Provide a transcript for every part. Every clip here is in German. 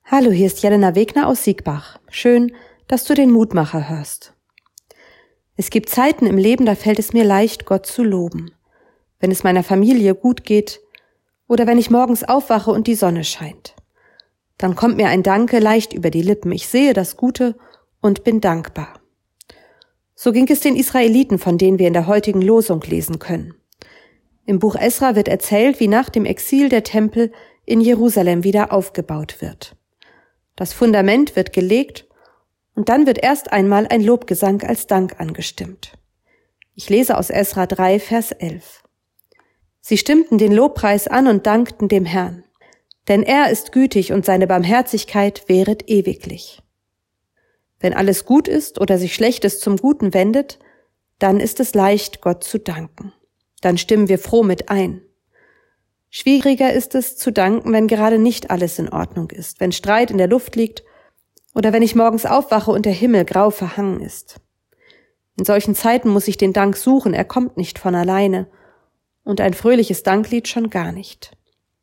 Hallo, hier ist Jelena Wegner aus Siegbach. Schön, dass du den Mutmacher hörst. Es gibt Zeiten im Leben, da fällt es mir leicht, Gott zu loben. Wenn es meiner Familie gut geht oder wenn ich morgens aufwache und die Sonne scheint. Dann kommt mir ein Danke leicht über die Lippen. Ich sehe das Gute und bin dankbar. So ging es den Israeliten, von denen wir in der heutigen Losung lesen können. Im Buch Esra wird erzählt, wie nach dem Exil der Tempel in Jerusalem wieder aufgebaut wird. Das Fundament wird gelegt und dann wird erst einmal ein Lobgesang als Dank angestimmt. Ich lese aus Esra 3, Vers 11. Sie stimmten den Lobpreis an und dankten dem Herrn, denn er ist gütig und seine Barmherzigkeit währet ewiglich. Wenn alles gut ist oder sich Schlechtes zum Guten wendet, dann ist es leicht, Gott zu danken. Dann stimmen wir froh mit ein. Schwieriger ist es, zu danken, wenn gerade nicht alles in Ordnung ist, wenn Streit in der Luft liegt oder wenn ich morgens aufwache und der Himmel grau verhangen ist. In solchen Zeiten muss ich den Dank suchen, er kommt nicht von alleine und ein fröhliches Danklied schon gar nicht.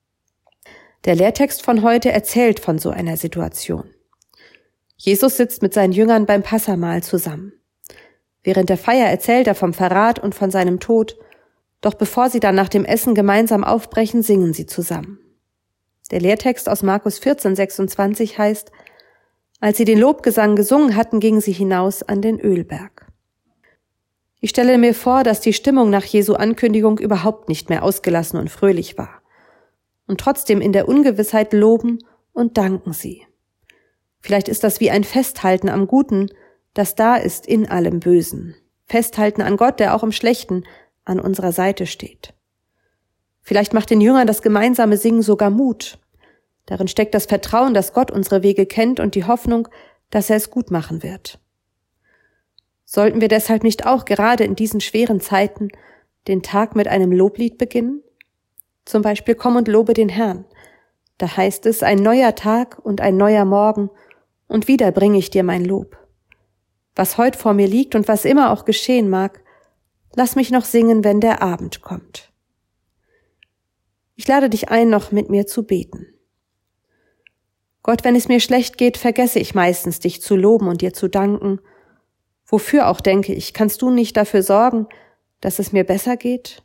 Der Lehrtext von heute erzählt von so einer Situation. Jesus sitzt mit seinen Jüngern beim Passahmahl zusammen. Während der Feier erzählt er vom Verrat und von seinem Tod, doch bevor sie dann nach dem Essen gemeinsam aufbrechen, singen sie zusammen. Der Lehrtext aus Markus 14, 26 heißt, als sie den Lobgesang gesungen hatten, gingen sie hinaus an den Ölberg. Ich stelle mir vor, dass die Stimmung nach Jesu Ankündigung überhaupt nicht mehr ausgelassen und fröhlich war. Und trotzdem in der Ungewissheit loben und danken sie. Vielleicht ist das wie ein Festhalten am Guten, das da ist in allem Bösen. Festhalten an Gott, der auch im Schlechten an unserer Seite steht. Vielleicht macht den Jüngern das gemeinsame Singen sogar Mut. Darin steckt das Vertrauen, dass Gott unsere Wege kennt und die Hoffnung, dass er es gut machen wird. Sollten wir deshalb nicht auch gerade in diesen schweren Zeiten den Tag mit einem Loblied beginnen? Zum Beispiel Komm und lobe den Herrn. Da heißt es, ein neuer Tag und ein neuer Morgen und wieder bringe ich dir mein Lob. Was heut vor mir liegt und was immer auch geschehen mag, lass mich noch singen, wenn der Abend kommt. Ich lade dich ein, noch mit mir zu beten. Gott, wenn es mir schlecht geht, vergesse ich meistens, dich zu loben und dir zu danken. Wofür auch, denke ich, kannst du nicht dafür sorgen, dass es mir besser geht?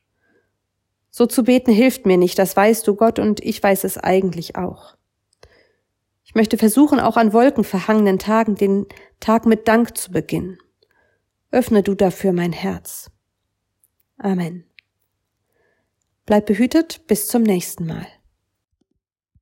So zu beten hilft mir nicht, das weißt du, Gott, und ich weiß es eigentlich auch. Ich möchte versuchen, auch an wolkenverhangenen Tagen den Tag mit Dank zu beginnen. Öffne du dafür mein Herz. Amen. Bleib behütet, bis zum nächsten Mal.